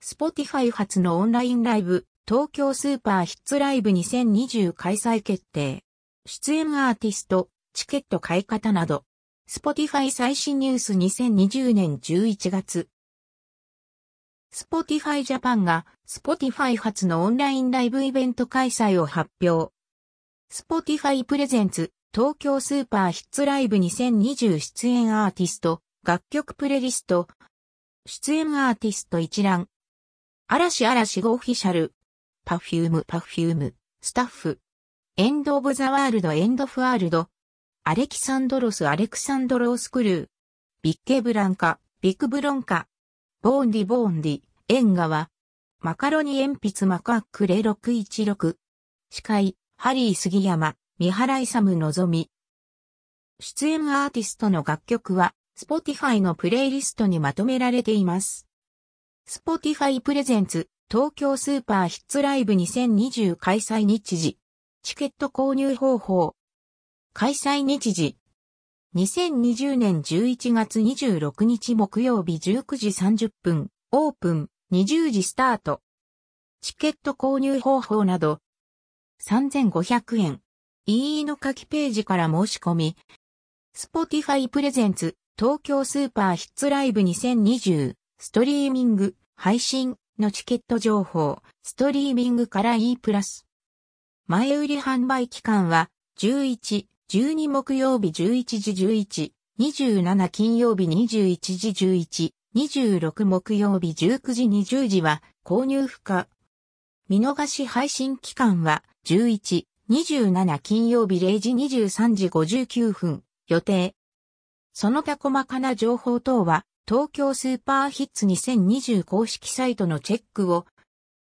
Spotify 初のオンラインライブ、東京スーパーヒッツライブ2020開催決定。出演アーティスト、チケット買い方など。Spotify 最新ニュース2020年11月。Spotify Japan が Spotify 初のオンラインライブイベント開催を発表。Spotify プレゼンツ東京スーパーヒッツライブ2020出演アーティスト、楽曲プレリスト。出演アーティスト一覧。嵐5オフィシャル。Perfume、スタッフ。エンドオブザワールドエンドフワールド。アレキサンドロスクルー。ビッケブランカ、ビクブロンカ。ボーンディ、縁側。マカロニ鉛筆マカック0616。司会、ハリー杉山、三原勇のぞみ。出演アーティストの楽曲は、Spotify のプレイリストにまとめられています。Spotify プレゼンツ、東京スーパーヒッツライブ2020開催日時。チケット購入方法。開催日時。2020年11月26日木曜日19時30分、オープン、20時スタート。チケット購入方法など。3500円。EE の書きページから申し込み。Spotify プレゼンツ、東京スーパーヒッツライブ2020。ストリーミング、配信のチケット情報、ストリーミングから E+。前売り販売期間は、11、12木曜日11時11、27金曜日21時11、26木曜日19時20時は購入不可。見逃し配信期間は、11、27金曜日0時23時59分予定。その他細かな情報等は、東京スーパーヒッツ2020公式サイトのチェックを